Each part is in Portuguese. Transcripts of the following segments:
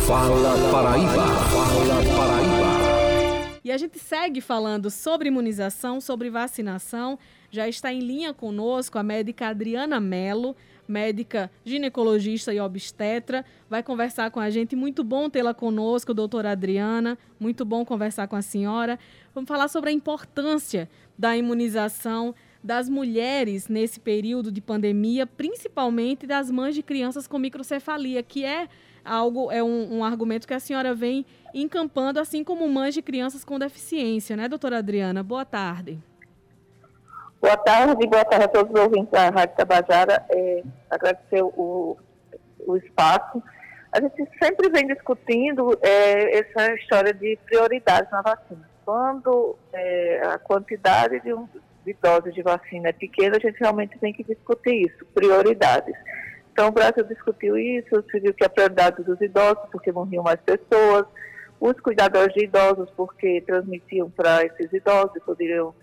Fala Paraíba, Fala Paraíba. E a gente segue falando sobre imunização, sobre vacinação. Já está em linha conosco a médica Adriana Mello, médica ginecologista e obstetra. Vai conversar com a gente. Muito bom tê-la conosco, doutora Adriana. Muito bom conversar com a senhora. Vamos falar sobre a importância da imunização das mulheres nesse período de pandemia, principalmente das mães de crianças com microcefalia, que é um argumento que a senhora vem encampando, assim como mães de crianças com deficiência, né, doutora Adriana? Boa tarde. Boa tarde a todos os ouvintes da Rádio Tabajara. Agradecer o espaço. A gente sempre vem discutindo essa história de prioridades na vacina. Quando a quantidade de doses de vacina é pequena, a gente realmente tem que discutir isso, prioridades. Então, o Brasil discutiu isso, se viu que a prioridade dos idosos, porque morriam mais pessoas, os cuidadores de idosos, porque transmitiam para esses idosos e poderiam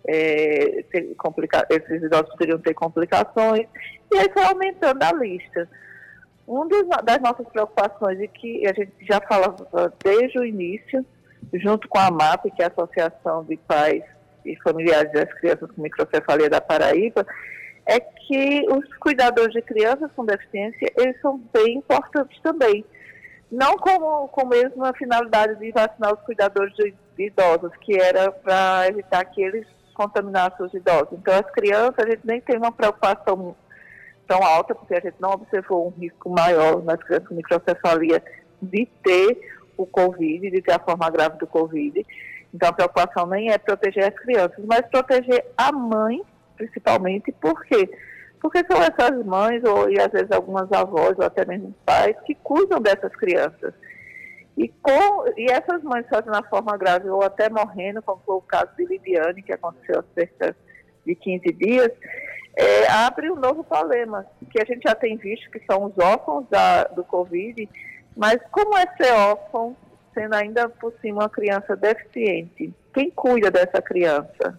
esses idosos poderiam ter complicações, e aí foi aumentando a lista. Uma das nossas preocupações, e que a gente já falava desde o início, junto com a MAP, que é a Associação de Pais e Familiares das Crianças com Microcefalia da Paraíba, é que os cuidadores de crianças com deficiência, eles são bem importantes também. Não com a mesma finalidade de vacinar os cuidadores de idosos, que era para evitar que eles contaminassem os idosos. Então, as crianças, a gente nem tem uma preocupação tão alta, porque a gente não observou um risco maior nas crianças com microcefalia de ter o Covid, de ter a forma grave do Covid. Então, a preocupação nem é proteger as crianças, mas proteger a mãe, principalmente. Por quê? Porque são essas mães, e às vezes algumas avós, ou até mesmo pais, que cuidam dessas crianças. E essas mães fazendo a forma grave ou até morrendo, como foi o caso de Lidiane, que aconteceu há cerca de 15 dias, abre um novo problema, que a gente já tem visto, que são os órfãos do Covid, mas como é ser órfão, sendo ainda por cima uma criança deficiente? Quem cuida dessa criança?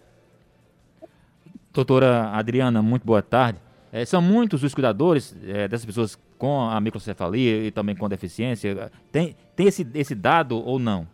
Doutora Adriana, muito boa tarde. São muitos os cuidadores dessas pessoas com a microcefalia e também com deficiência. Tem esse dado ou não?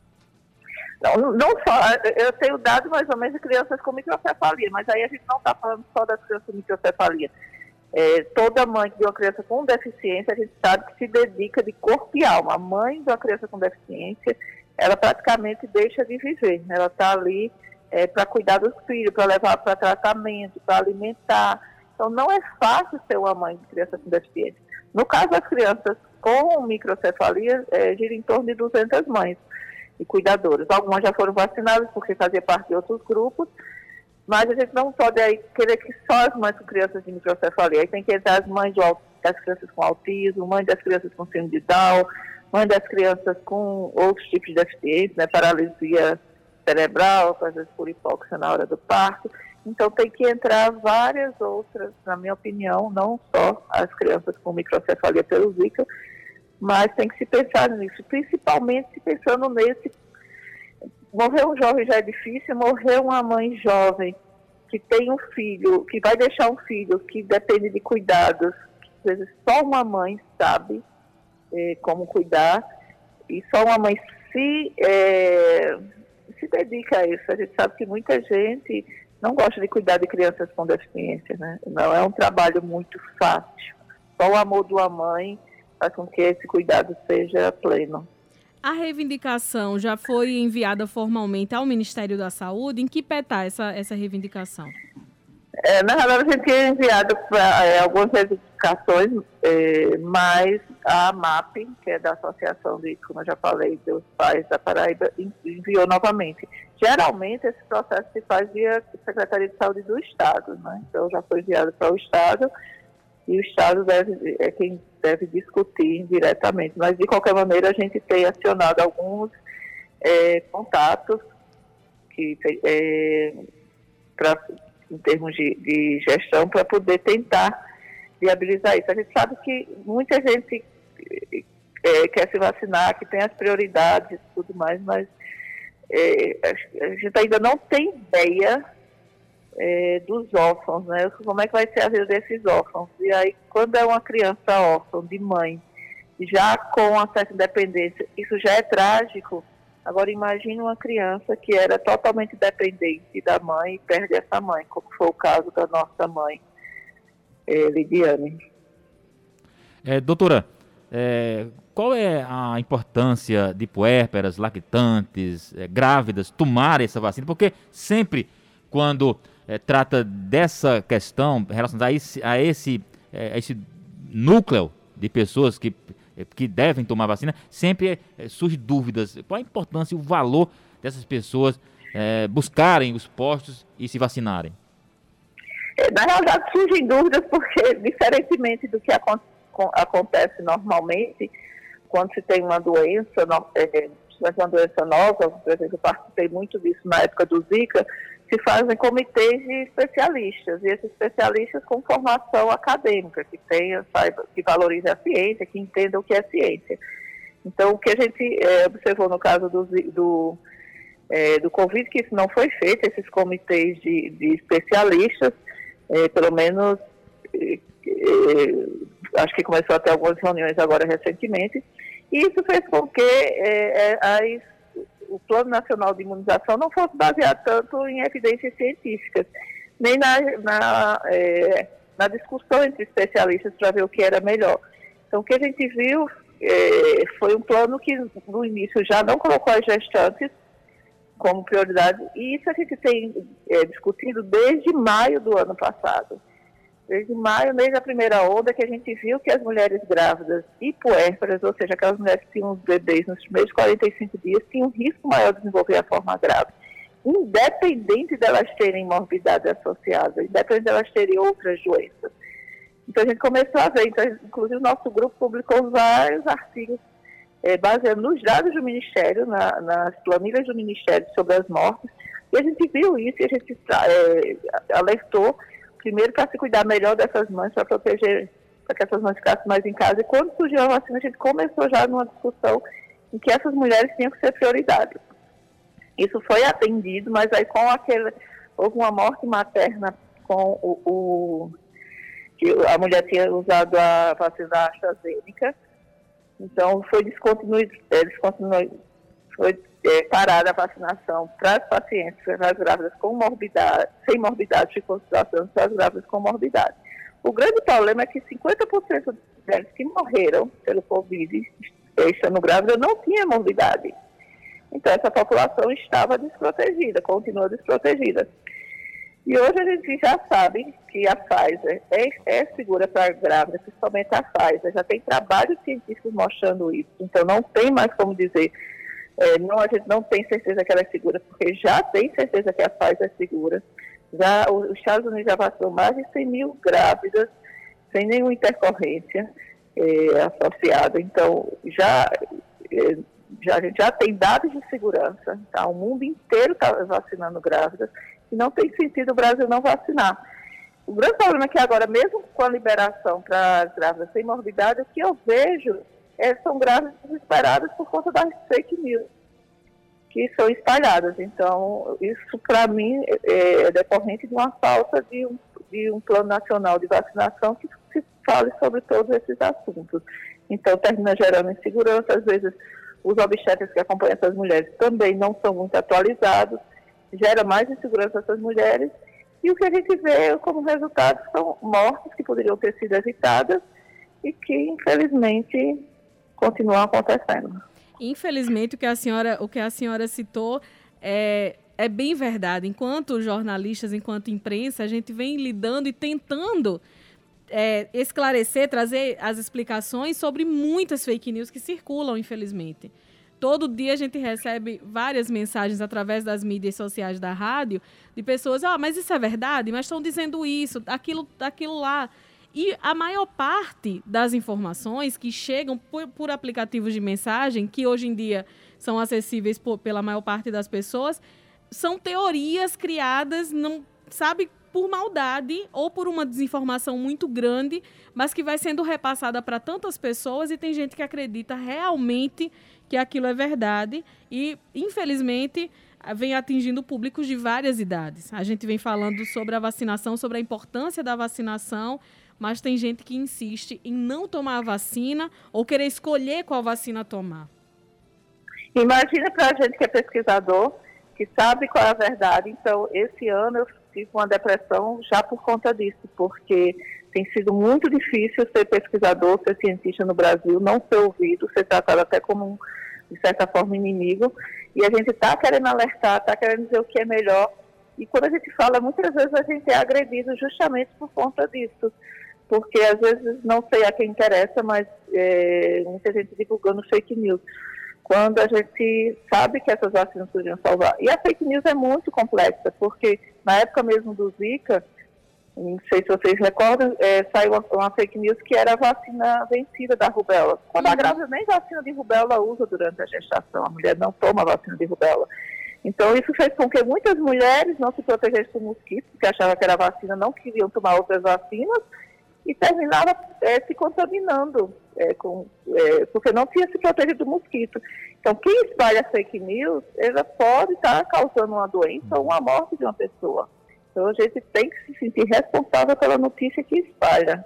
Não só. Eu tenho dados mais ou menos de crianças com microcefalia, mas aí a gente não está falando só das crianças com microcefalia. Toda mãe de uma criança com deficiência, a gente sabe que se dedica de corpo e alma. A mãe de uma criança com deficiência, ela praticamente deixa de viver. Ela está ali para cuidar dos filhos, para levar para tratamento, para alimentar. Então, não é fácil ser uma mãe de criança com deficiência. No caso das crianças com microcefalia, gira em torno de 200 mães e cuidadoras. Algumas já foram vacinadas porque faziam parte de outros grupos, mas a gente não pode querer que só as mães com crianças de microcefalia. Aí tem que entrar as mães das crianças com autismo, mães das crianças com síndrome de Down, mães das crianças com outros tipos de deficiência, né, paralisia cerebral, às vezes por hipóxia na hora do parto. Então tem que entrar várias outras, na minha opinião, não só as crianças com microcefalia pelo Zika, mas tem que se pensar nisso, principalmente se pensando nesse. Morrer um jovem já é difícil, morrer uma mãe jovem que tem um filho, que vai deixar um filho que depende de cuidados, que às vezes só uma mãe sabe como cuidar, e só uma mãe se dedica a isso. A gente sabe que muita gente não gosta de cuidar de crianças com deficiência, né? Não é um trabalho muito fácil. Só o amor de uma mãe faz com que esse cuidado seja pleno. A reivindicação já foi enviada formalmente ao Ministério da Saúde? Em que pé está essa reivindicação? Na verdade, a gente tinha enviado algumas reivindicações, mas a MAP, que é da Associação de, como eu já falei, dos Pais da Paraíba, enviou novamente. Geralmente, esse processo se faz via Secretaria de Saúde do Estado, né? Então, já foi enviado para o Estado, e o Estado é quem deve discutir diretamente. Mas, de qualquer maneira, a gente tem acionado alguns contatos em termos de gestão, para poder tentar viabilizar isso. A gente sabe que muita gente quer se vacinar, que tem as prioridades e tudo mais, mas a gente ainda não tem ideia dos órfãos, né? Como é que vai ser a vida desses órfãos? E aí, quando é uma criança órfã de mãe já com acesso à dependência, isso já é trágico. Agora imagine uma criança que era totalmente dependente da mãe e perde essa mãe, como foi o caso da nossa mãe, Lidiane. Doutora, qual é a importância de puérperas, lactantes, grávidas tomarem essa vacina? Porque sempre quando trata dessa questão relacionada a esse núcleo de pessoas que devem tomar vacina, sempre surge dúvidas. Qual a importância e o valor dessas pessoas buscarem os postos e se vacinarem? Na realidade, surgem dúvidas porque, diferentemente do que acontece normalmente, quando se tem uma doença, uma doença nova, por exemplo, eu participei muito disso na época do Zika, se fazem comitês de especialistas, e esses especialistas com formação acadêmica, que valorizem a ciência, que entendam o que é ciência. Então, o que a gente observou no caso do Covid, que isso não foi feito, esses comitês de especialistas, pelo menos, acho que começou a ter algumas reuniões agora recentemente, e isso fez com que o Plano Nacional de Imunização não fosse baseado tanto em evidências científicas, nem na discussão entre especialistas para ver o que era melhor. Então, o que a gente viu foi um plano que, no início, já não colocou as gestantes como prioridade, e isso a gente tem discutido desde maio do ano passado. Desde maio, desde a primeira onda, que a gente viu que as mulheres grávidas e puérperas, ou seja, aquelas mulheres que tinham os bebês nos primeiros 45 dias, tinham um risco maior de desenvolver a forma grave, independente delas terem morbidade associada, independente delas terem outras doenças. Então, a gente começou a ver, inclusive o nosso grupo publicou vários artigos baseado nos dados do Ministério, nas planilhas do Ministério sobre as mortes, e a gente viu isso e a gente alertou, primeiro, para se cuidar melhor dessas mães, para proteger, para que essas mães ficassem mais em casa. E quando surgiu a vacina, a gente começou já numa discussão em que essas mulheres tinham que ser prioridade. Isso foi atendido, mas aí houve uma morte materna com que a mulher tinha usado a vacina da AstraZeneca. Então, foi parada a vacinação para as pacientes, para as grávidas com morbidade, sem morbidade, de consideração para as grávidas com morbidade. O grande problema é que 50% das mulheres que morreram pelo Covid, estando grávidas, não tinha morbidade. Então, essa população estava desprotegida, continua desprotegida. E hoje a gente já sabe que a Pfizer é segura para grávidas, principalmente a Pfizer. Já tem trabalhos científicos mostrando isso. Então, não tem mais como dizer, a gente não tem certeza que ela é segura, porque já tem certeza que a Pfizer é segura. Já os Estados Unidos já vacinou mais de 100 mil grávidas, sem nenhuma intercorrência associada. Então, a gente já tem dados de segurança, tá? O mundo inteiro está vacinando grávidas e não tem sentido o Brasil não vacinar. O grande problema é que agora, mesmo com a liberação para as grávidas sem morbidade, o que eu vejo são grávidas desesperadas por conta das fake news que são espalhadas. Então, isso para mim é decorrente de uma falta de um plano nacional de vacinação que se fale sobre todos esses assuntos. Então, termina gerando insegurança, às vezes os obstetras que acompanham essas mulheres também não são muito atualizados, gera mais insegurança essas mulheres, e o que a gente vê como resultado são mortes que poderiam ter sido evitadas e que, infelizmente, continuam acontecendo. Infelizmente, o que a senhora citou é bem verdade. Enquanto jornalistas, enquanto imprensa, a gente vem lidando e tentando esclarecer, trazer as explicações sobre muitas fake news que circulam, infelizmente. Todo dia a gente recebe várias mensagens através das mídias sociais da rádio de pessoas, mas isso é verdade? Mas estão dizendo isso, aquilo lá. E a maior parte das informações que chegam por aplicativos de mensagem, que hoje em dia são acessíveis pela maior parte das pessoas, são teorias criadas, não sabe, por maldade ou por uma desinformação muito grande, mas que vai sendo repassada para tantas pessoas e tem gente que acredita realmente que aquilo é verdade e, infelizmente, vem atingindo públicos de várias idades. A gente vem falando sobre a vacinação, sobre a importância da vacinação, mas tem gente que insiste em não tomar a vacina ou querer escolher qual vacina tomar. Imagina para a gente que é pesquisador, que sabe qual é a verdade. Então, esse ano eu tive uma depressão já por conta disso, porque tem sido muito difícil ser pesquisador, ser cientista no Brasil, não ser ouvido, ser tratado até como, de certa forma, inimigo. E a gente está querendo alertar, está querendo dizer o que é melhor. E quando a gente fala, muitas vezes a gente é agredido justamente por conta disso. Porque, às vezes, não sei a quem interessa, mas muita gente divulgando fake news. Quando a gente sabe que essas vacinas podiam salvar. E a fake news é muito complexa, porque na época mesmo do Zika, não sei se vocês recordam, saiu uma fake news que era a vacina vencida da rubéola. Quando a grávida nem vacina de rubéola usa durante a gestação, a mulher não toma vacina de rubéola. Então isso fez com que muitas mulheres não se protegessem do mosquito, porque achavam que era vacina, não queriam tomar outras vacinas, e terminava se contaminando, porque não tinha se protegido do mosquito. Então, quem espalha fake news, ela pode estar causando uma doença ou uma morte de uma pessoa. Então, a gente tem que se sentir responsável pela notícia que espalha.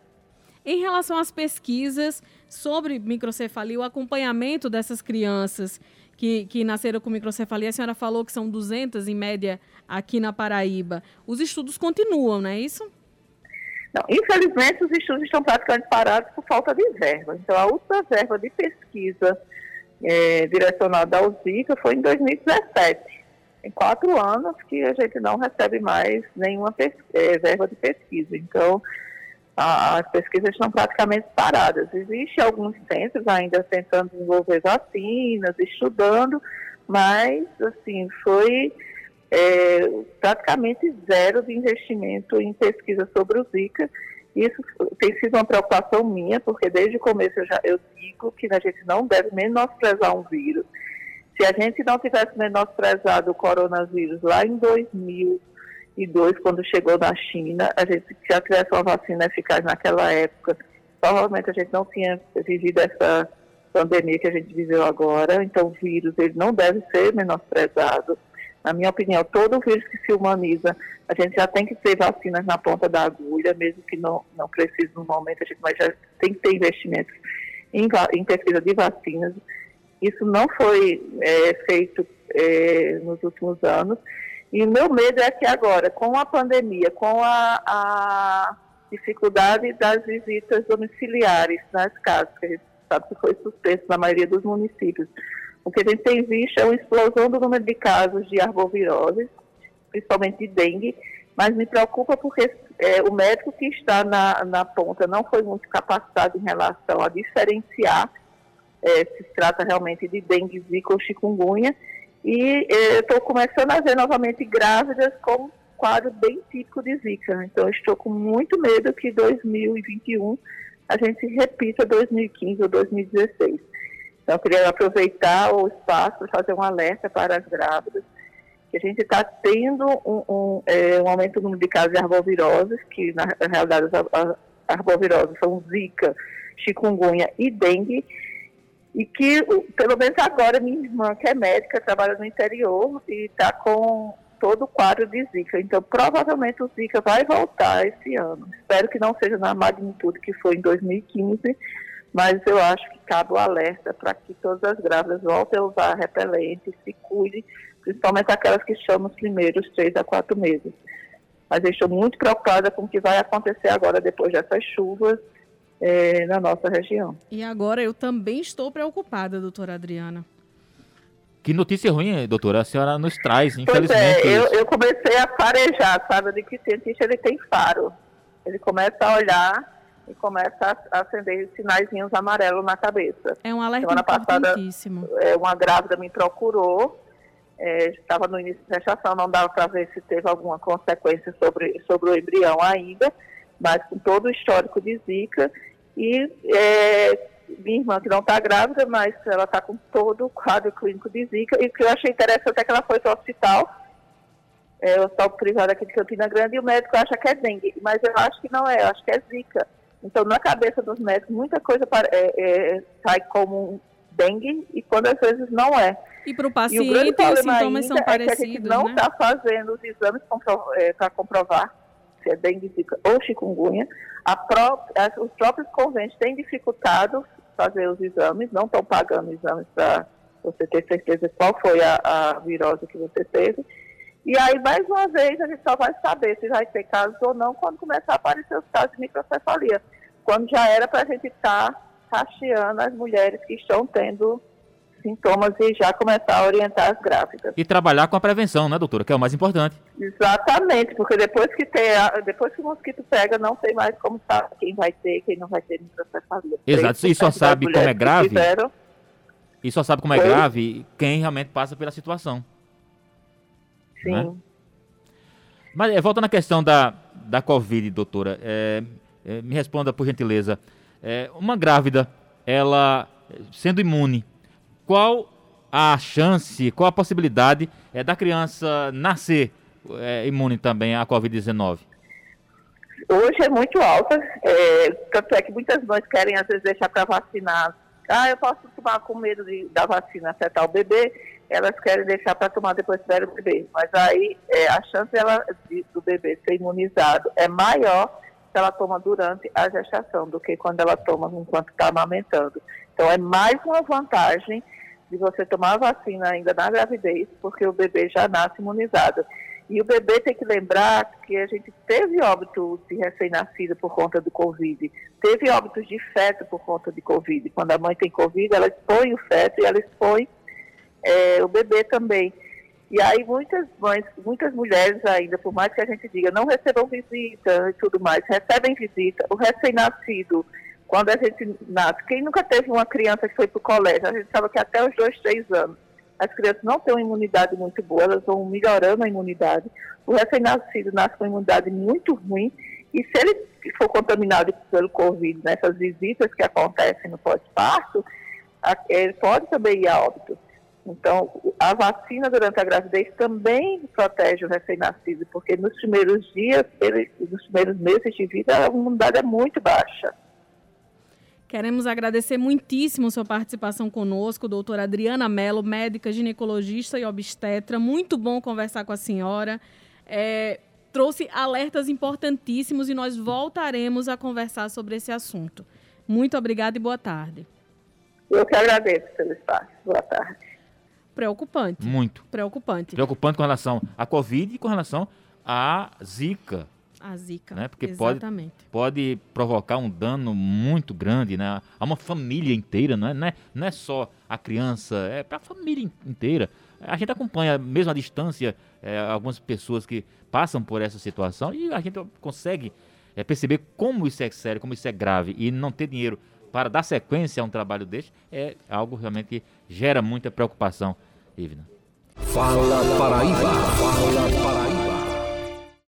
Em relação às pesquisas sobre microcefalia, o acompanhamento dessas crianças que nasceram com microcefalia, a senhora falou que são 200 em média aqui na Paraíba. Os estudos continuam, não é isso? Não, infelizmente, os estudos estão praticamente parados por falta de verba. Então, a última verba de pesquisa direcionada ao Zika foi em 2017. Tem 4 anos que a gente não recebe mais nenhuma verba de pesquisa. Então, as pesquisas estão praticamente paradas. Existem alguns centros ainda tentando desenvolver vacinas, estudando, mas, assim, foi praticamente zero de investimento em pesquisa sobre o Zika. Isso tem sido uma preocupação minha, porque desde o começo eu digo que a gente não deve menosprezar um vírus. Se a gente não tivesse menosprezado o coronavírus lá em 2002, quando chegou na China, a gente já tivesse uma vacina eficaz naquela época, provavelmente a gente não tinha vivido essa pandemia que a gente viveu agora. Então o vírus ele não deve ser menosprezado. Na minha opinião, todo vírus que se humaniza, a gente já tem que ter vacinas na ponta da agulha, mesmo que não precise no momento, mas já tem que ter investimentos em pesquisa de vacinas. Isso não foi feito nos últimos anos. E o meu medo é que agora, com a pandemia, com a dificuldade das visitas domiciliares nas casas, que a gente sabe que foi suspenso na maioria dos municípios, o que a gente tem visto é uma explosão do número de casos de arbovirose, principalmente de dengue, mas me preocupa porque o médico que está na ponta não foi muito capacitado em relação a diferenciar se trata realmente de dengue, zika ou chikungunya, e estou começando a ver novamente grávidas com um quadro bem típico de zika. Então, estou com muito medo que 2021 a gente repita 2015 ou 2016. Então, eu queria aproveitar o espaço para fazer um alerta para as grávidas, que a gente está tendo um aumento do número de casos de arboviroses, que na realidade as arboviroses são zika, chikungunya e dengue, e que, pelo menos agora, minha irmã, que é médica, trabalha no interior e está com todo o quadro de zika. Então, provavelmente o zika vai voltar esse ano. Espero que não seja na magnitude que foi em 2015, mas eu acho que cabe o alerta para que todas as grávidas voltem a usar repelente, se cuidem, principalmente aquelas que chamam os primeiros 3 a 4 meses. Mas eu estou muito preocupada com o que vai acontecer agora, depois dessas chuvas, na nossa região. E agora eu também estou preocupada, doutora Adriana. Que notícia ruim, doutora, a senhora nos traz, infelizmente. Pois eu comecei a farejar, sabe, de que cientista ele tem faro. Ele começa a olhar e começa a acender sinaizinhos amarelos na cabeça. É um alerta importantíssimo. Semana passada, uma grávida me procurou, estava no início da gestação, não dava para ver se teve alguma consequência sobre o embrião ainda, mas com todo o histórico de zika, e minha irmã que não está grávida, mas ela está com todo o quadro clínico de zika, e o que eu achei interessante é que ela foi para o hospital privado aqui de Campina Grande, e o médico acha que é dengue, mas eu acho que não é, eu acho que é zika. Então, na cabeça dos médicos, muita coisa sai como dengue, e quando às vezes não é. E para o paciente, os sintomas são parecidos, que a gente não está fazendo os exames para comprovar. se é dengue, zika ou chikungunya. Os próprios convênios têm dificultado fazer os exames, não estão pagando exames para você ter certeza qual foi a virose que você teve. E aí, mais uma vez, a gente só vai saber se vai ter casos ou não quando começar a aparecer os casos de microcefalia, quando já era para a gente estar rastreando as mulheres que estão tendo sintomas e já começar a orientar as grávidas. E trabalhar com a prevenção, né, doutora? Que é o mais importante. Exatamente, porque depois que o mosquito pega, não tem mais como saber quem vai ter, quem não vai ter microcefalia. Exato, e só sabe como é grave. E só sabe como é grave quem realmente passa pela situação. Sim. Né? Mas voltando à questão da Covid, doutora, me responda por gentileza. Uma grávida, ela sendo imune, qual a chance, qual a possibilidade da criança nascer imune também à Covid-19? Hoje é muito alta, tanto é que muitas mães querem às vezes deixar para vacinar. Eu posso tomar com medo da vacina afetar o bebê, elas querem deixar para tomar depois que der o bebê. Mas aí a chance do bebê ser imunizado é maior se ela toma durante a gestação do que quando ela toma enquanto está amamentando. Então é mais uma vantagem de você tomar a vacina ainda na gravidez, porque o bebê já nasce imunizado. E o bebê tem que lembrar que a gente teve óbito de recém-nascido por conta do Covid, teve óbitos de feto por conta de Covid. Quando a mãe tem Covid, ela expõe o feto e ela expõe o bebê também. E aí muitas mulheres ainda, por mais que a gente diga, não recebam visita e tudo mais, recebem visita. O recém-nascido, quando a gente nasce, quem nunca teve uma criança que foi para o colégio, a gente sabe que até os 2, 3 anos, as crianças não têm uma imunidade muito boa, elas vão melhorando a imunidade. O recém-nascido nasce com uma imunidade muito ruim, e se ele for contaminado pelo Covid, nessas visitas que acontecem no pós-parto, ele pode também ir a óbito. Então, a vacina durante a gravidez também protege o recém-nascido, porque nos primeiros dias, nos primeiros meses de vida, a imunidade é muito baixa. Queremos agradecer muitíssimo sua participação conosco, doutora Adriana Mello, médica, ginecologista e obstetra. Muito bom conversar com a senhora. Trouxe alertas importantíssimos e nós voltaremos a conversar sobre esse assunto. Muito obrigada e boa tarde. Eu que agradeço pelo espaço. Boa tarde. Preocupante. Muito. Preocupante. Preocupante com relação à Covid e com relação à Zika. A Zika, né? Porque exatamente. Pode provocar um dano muito grande, né? A uma família inteira, não é só a criança, é para a família inteira. A gente acompanha, mesmo à distância, algumas pessoas que passam por essa situação e a gente consegue perceber como isso é sério, como isso é grave, e não ter dinheiro para dar sequência a um trabalho desse é algo realmente que gera muita preocupação, Ivna. Fala Paraíba.